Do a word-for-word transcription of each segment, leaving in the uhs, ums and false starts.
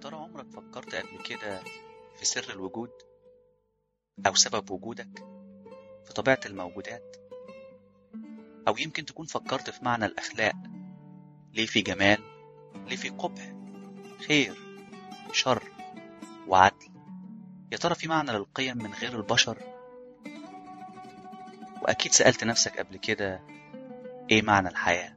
ترى عمرك فكرت قبل كده في سر الوجود أو سبب وجودك، في طبيعة الموجودات؟ أو يمكن تكون فكرت في معنى الأخلاق، ليه في جمال، ليه في قبح، خير، شر، وعدل؟ يا ترى في معنى للقيم من غير البشر؟ وأكيد سألت نفسك قبل كده إيه معنى الحياة؟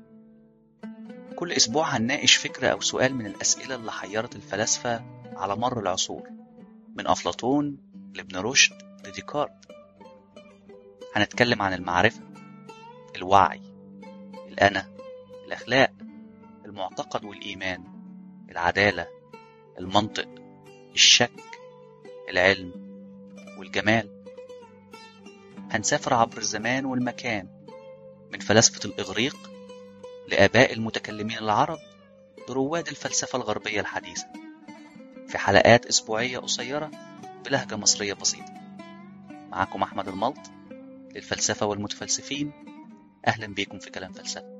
كل أسبوع هنناقش فكرة أو سؤال من الأسئلة اللي حيرت الفلاسفة على مر العصور، من أفلاطون لابن رشد لديكارت. هنتكلم عن المعرفة، الوعي، الأنا، الأخلاق، المعتقد والإيمان، العدالة، المنطق، الشك، العلم، والجمال. هنسافر عبر الزمان والمكان، من فلاسفة الإغريق لآباء المتكلمين العرب لرواد الفلسفة الغربية الحديثة، في حلقات أسبوعية قصيرة بلهجة مصرية بسيطة. معكم أحمد الملط للفلسفة والمتفلسفين. أهلا بيكم في كلام فلسفة.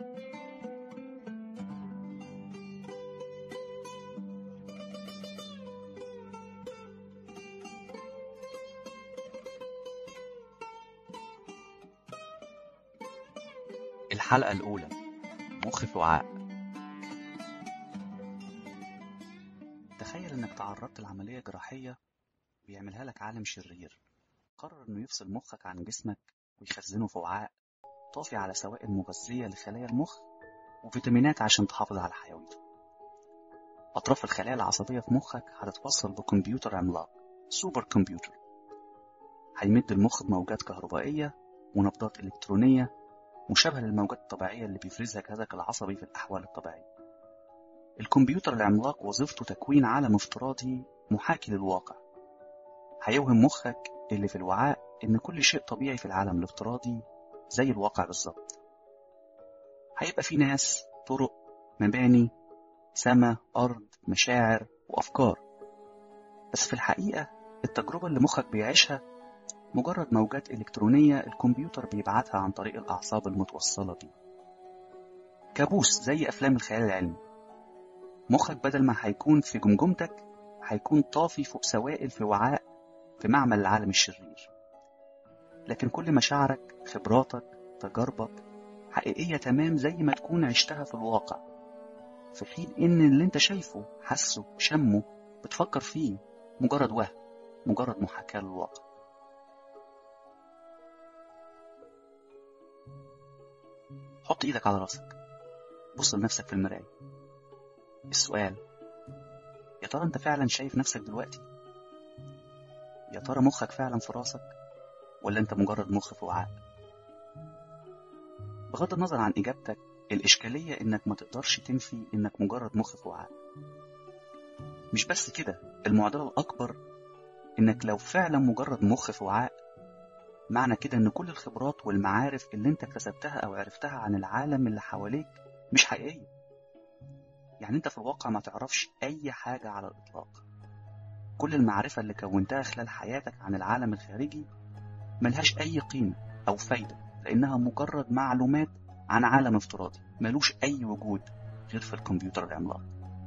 الحلقة الأولى: مخ في وعاء. تخيل إنك تعرضت لعملية جراحية بيعملها لك عالم شرير، قرر إنه يفصل مخك عن جسمك ويخزنه في وعاء طافي على سوائل مغذية لخلايا المخ وفيتامينات عشان تحافظ على حيويته. أطراف الخلايا العصبية في مخك هتتوصل بكمبيوتر عملاق، سوبر كمبيوتر، هيمد المخ بموجات كهربائية ونبضات إلكترونية مشابهة للموجات الطبيعية اللي بيفرزها جهازك العصبي في الأحوال الطبيعية. الكمبيوتر العملاق وظيفته تكوين عالم افتراضي محاكي للواقع، هيوهم مخك اللي في الوعاء إن كل شيء طبيعي في العالم الافتراضي زي الواقع بالظبط. هيبقى في ناس، طرق، مباني، سما، أرض، مشاعر وأفكار، بس في الحقيقة التجربة اللي مخك بيعيشها مجرد موجات إلكترونية الكمبيوتر بيبعتها عن طريق الأعصاب المتوصلة بيه. كابوس زي أفلام الخيال العلمي. مخك بدل ما هيكون في جمجمتك هيكون طافي فوق سوائل في وعاء في معمل العالم الشرير، لكن كل مشاعرك، خبراتك، تجاربك حقيقية تمام زي ما تكون عشتها في الواقع، في حين إن اللي انت شايفه، حسه، شمه، بتفكر فيه مجرد وهم، مجرد محاكاة للواقع. حط ايدك على راسك، بص لنفسك في المراية. السؤال: يا ترى انت فعلا شايف نفسك دلوقتي؟ يا ترى مخك فعلا في راسك ولا انت مجرد مخ في وعاء؟ بغض النظر عن اجابتك، الاشكالية انك ما تقدرش تنفي انك مجرد مخ في وعاء. مش بس كده، المعضلة الاكبر انك لو فعلا مجرد مخ في وعاء، معنى كده ان كل الخبرات والمعارف اللي انت اكتسبتها او عرفتها عن العالم اللي حواليك مش حقيقية. يعني انت في الواقع ما تعرفش اي حاجة على الاطلاق. كل المعرفة اللي كونتها خلال حياتك عن العالم الخارجي ملهاش اي قيمة او فايدة، لانها مجرد معلومات عن عالم افتراضي ملوش اي وجود غير في الكمبيوتر العملاق.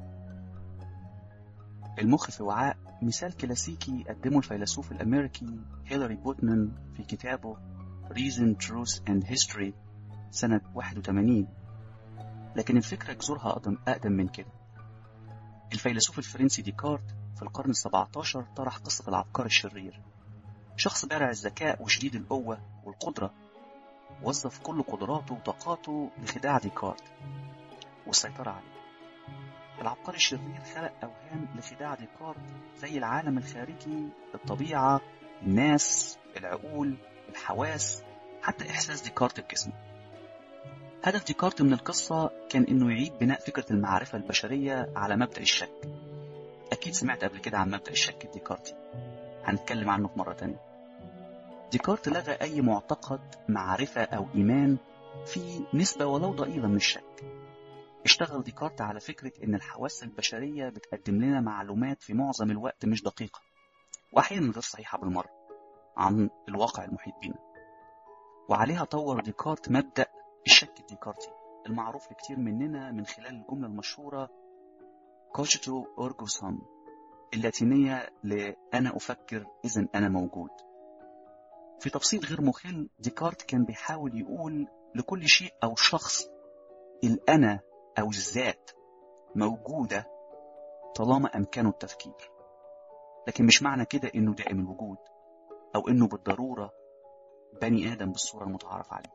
المخ في وعاء مثال كلاسيكي قدمه الفيلسوف الامريكي هيلاري بوتمان في كتابه Reason, Truth and History سنة واحد وثمانين، لكن الفكرة جذورها أقدم, أقدم من كده. الفيلسوف الفرنسي ديكارت في القرن السبعتاشر طرح قصة العبقري الشرير، شخص بارع الذكاء وشديد القوة والقدرة، وظف كل قدراته وطاقاته لخداع ديكارت والسيطرة عليه. العبقري الشرير خلق أوهام لخداع ديكارت زي العالم الخارجي، الطبيعة، الناس، العقول، الحواس، حتى إحساس ديكارت بجسمه. هدف ديكارت من القصة كان إنه يعيد بناء فكرة المعرفة البشرية على مبدأ الشك. أكيد سمعت قبل كده عن مبدأ الشك الديكارتي، هنتكلم عنه في مرة تانية. ديكارت لغى أي معتقد، معرفة أو إيمان في نسبة ولو ضئيلة من الشك. اشتغل ديكارت على فكرة إن الحواس البشرية بتقدم لنا معلومات في معظم الوقت مش دقيقة، وأحيانا غير صحيحة بالمرة، عن الواقع المحيط بنا. وعليها طور ديكارت مبدأ الشك الديكارتي المعروف لكتير مننا من خلال الجملة المشهورة كوجيتو أرجو سم، اللاتينية لأنا أفكر إذن أنا موجود. في تبسيط غير مخل، ديكارت كان بيحاول يقول لكل شيء أو شخص الأنا أو الذات موجودة طالما أمكانه التفكير، لكن مش معنى كده إنه دائم الوجود أو إنه بالضرورة بني آدم بالصورة المتعارف عليه.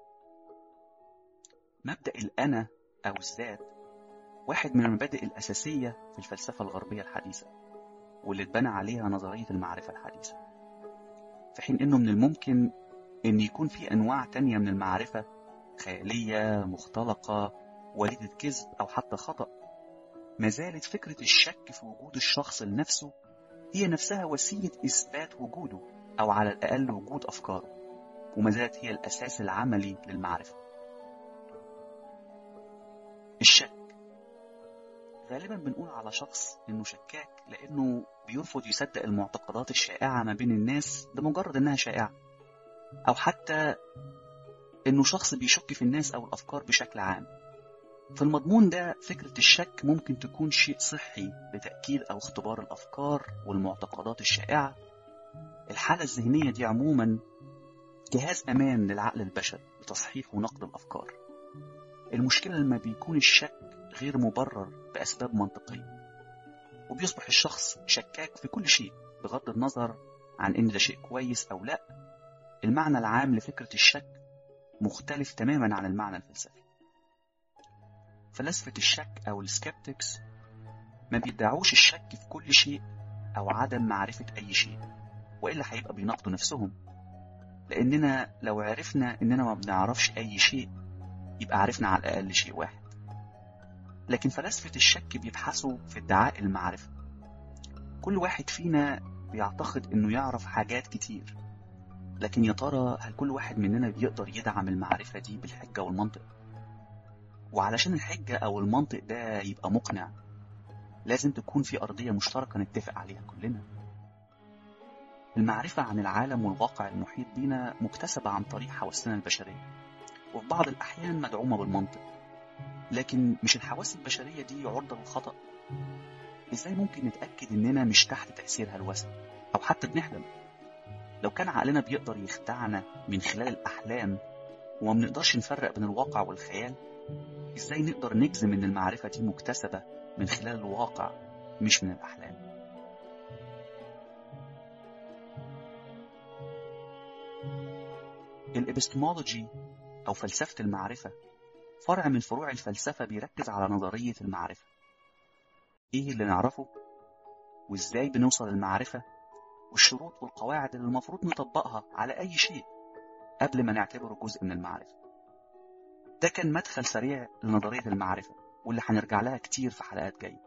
مبدأ الأنا أو الذات واحد من المبادئ الأساسية في الفلسفة الغربية الحديثة، واللي اتبنى عليها نظرية المعرفة الحديثة، في حين إنه من الممكن إن يكون في أنواع تانية من المعرفة خيالية مختلقة وليدة كذب أو حتى خطأ. ما زالت فكرة الشك في وجود الشخص لنفسه هي نفسها وسيلة إثبات وجوده أو على الأقل وجود أفكاره، وما زالت هي الأساس العملي للمعرفة. الشك غالبا بنقول على شخص إنه شكاك لأنه بيرفض يصدق المعتقدات الشائعة ما بين الناس لمجرد إنها شائعة، أو حتى إنه شخص بيشك في الناس أو الأفكار بشكل عام. في المضمون ده فكرة الشك ممكن تكون شيء صحي لتأكيد أو اختبار الأفكار والمعتقدات الشائعة. الحالة الذهنية دي عموما جهاز أمان للعقل البشري لتصحيح ونقد الأفكار. المشكلة لما بيكون الشك غير مبرر بأسباب منطقية، وبيصبح الشخص شكاك في كل شيء بغض النظر عن إن ده شيء كويس أو لا. المعنى العام لفكرة الشك مختلف تماما عن المعنى الفلسفي. فلسفة الشك أو السكبتكس ما بيدعوش الشك في كل شيء أو عدم معرفة أي شيء، وإلا هيبقى بيناقضوا نفسهم، لأننا لو عرفنا إننا ما بنعرفش أي شيء يبقى عرفنا على الأقل شيء واحد. لكن فلسفة الشك بيبحثوا في ادعاء المعرفة. كل واحد فينا بيعتقد إنه يعرف حاجات كتير، لكن يا ترى هل كل واحد مننا بيقدر يدعم المعرفة دي بالحجة والمنطق؟ وعلشان الحجة أو المنطق ده يبقى مقنع لازم تكون في أرضية مشتركة نتفق عليها كلنا. المعرفة عن العالم والواقع المحيط بينا مكتسبة عن طريق حواسنا البشرية، وفي بعض الأحيان مدعومة بالمنطق، لكن مش الحواس البشرية دي عرضة للخطأ. إزاي ممكن نتأكد إننا مش تحت تأثير هلوسة أو حتى بنحلم؟ لو كان عقلنا بيقدر يخدعنا من خلال الأحلام وما بنقدرش نفرق بين الواقع والخيال، إزاي نقدر نجزم إن المعرفة دي مكتسبة من خلال الواقع مش من الأحلام؟ الإبستمولوجي أو فلسفة المعرفة فرع من فروع الفلسفة بيركز على نظرية المعرفة. إيه اللي نعرفه؟ وإزاي بنوصل للمعرفة؟ والشروط والقواعد اللي المفروض نطبقها على أي شيء قبل ما نعتبره جزء من المعرفة. ده كان مدخل سريع لنظرية المعرفة، واللي هنرجع لها كتير في حلقات جاية.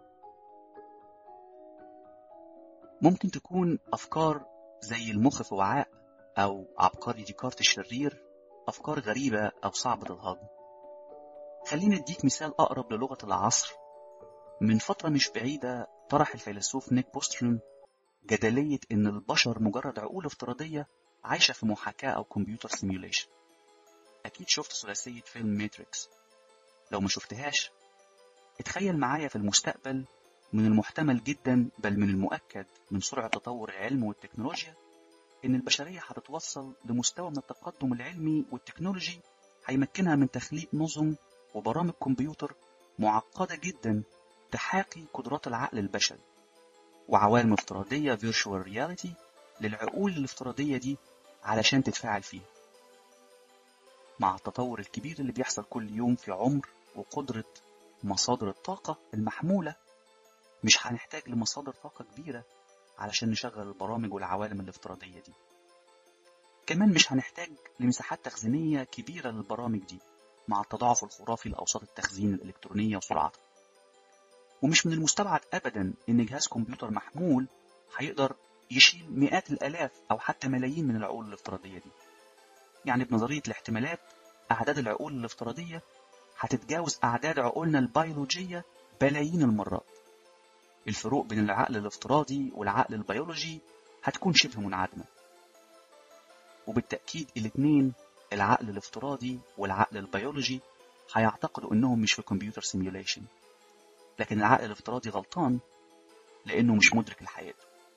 ممكن تكون أفكار زي المخ في وعاء أو عبقري ديكارت الشرير أفكار غريبة أو صعبة الهضم. خلينا نديك مثال أقرب للغة العصر. من فترة مش بعيدة طرح الفيلسوف نيك بوستروم جدلية إن البشر مجرد عقول افتراضية عايشة في محاكاة أو كمبيوتر سيميوليشن. أكيد شفت ثلاثية فيلم ماتريكس. لو ما شفتهاش اتخيل معايا في المستقبل من المحتمل جدا بل من المؤكد من سرعة تطور العلم والتكنولوجيا إن البشرية هتتوصل لمستوى من التقدم العلمي والتكنولوجي هيمكنها من تخليق نظم وبرامج كمبيوتر معقدة جدا تحاكي قدرات العقل البشري، وعوالم افتراضية virtual reality للعقول الافتراضية دي علشان تتفاعل فيها. مع التطور الكبير اللي بيحصل كل يوم في عمر وقدرة مصادر الطاقة المحمولة، مش هنحتاج لمصادر طاقة كبيرة علشان نشغل البرامج والعوالم الافتراضية دي. كمان مش هنحتاج لمساحات تخزينية كبيرة للبرامج دي مع التضاعف الخرافي لأوساط التخزين الإلكترونية وسرعتها. ومش من المستبعد أبدا إن جهاز كمبيوتر محمول هيقدر يشيل مئات الآلاف أو حتى ملايين من العقول الافتراضية دي. يعني بنظرية الاحتمالات أعداد العقول الافتراضية هتتجاوز أعداد عقولنا البيولوجية بلايين المرات. الفروق بين العقل الافتراضي والعقل البيولوجي هتكون شبه منعدمة، وبالتأكيد الاثنين العقل الافتراضي والعقل البيولوجي هيعتقدوا انهم مش في كمبيوتر سيميوليشن. لكن العقل الافتراضي غلطان لأنه مش مدرك الحياة.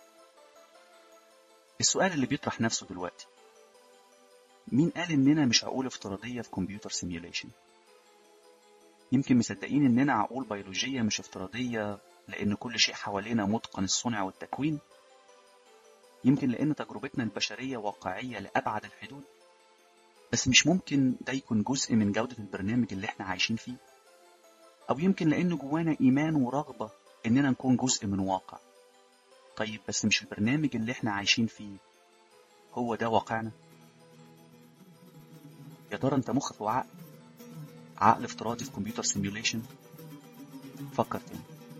السؤال اللي بيطرح نفسه دلوقتي، مين قال إننا مش عقول افتراضية في كمبيوتر سيميوليشن؟ يمكن مصدقين إننا عقول بيولوجية مش افتراضية لأن كل شيء حوالينا متقن الصنع والتكوين. يمكن لأن تجربتنا البشرية واقعية لأبعد الحدود، بس مش ممكن ده يكون جزء من جودة البرنامج اللي احنا عايشين فيه. أو يمكن لأن جوانا إيمان ورغبة إننا نكون جزء من واقع. طيب بس مش البرنامج اللي احنا عايشين فيه هو ده واقعنا؟ يا ترى انت مخك وعقل عقل افتراضي في كمبيوتر سيميوليشن؟ فكر تاني.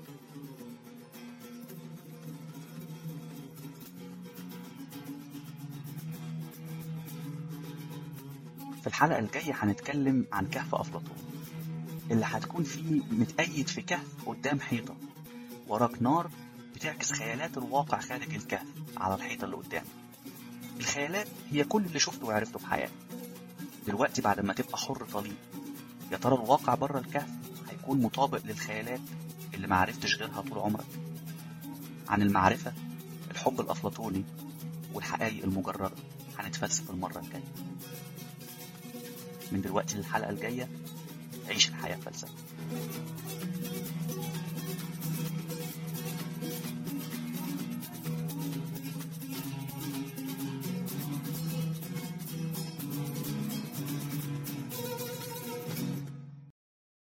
في الحلقة الجاية هنتكلم عن كهف أفلاطون اللي هتكون فيه متقيد في كهف قدام حيطة، وراك نار بتعكس خيالات الواقع خارج الكهف على الحيطة اللي قدام. الخيالات هي كل اللي شفته وعرفته في حياتك. دلوقتي بعد ما تبقى حر طليق، يا ترى الواقع بره الكهف هيكون مطابق للخيالات اللي ما عرفتش غيرها طول عمرك؟ عن المعرفة، الحب الأفلاطوني، والحقائق المجردة هنتفلسف المرة الجاية. من دلوقتي للحلقة الجاية عيش الحياة فلسفة.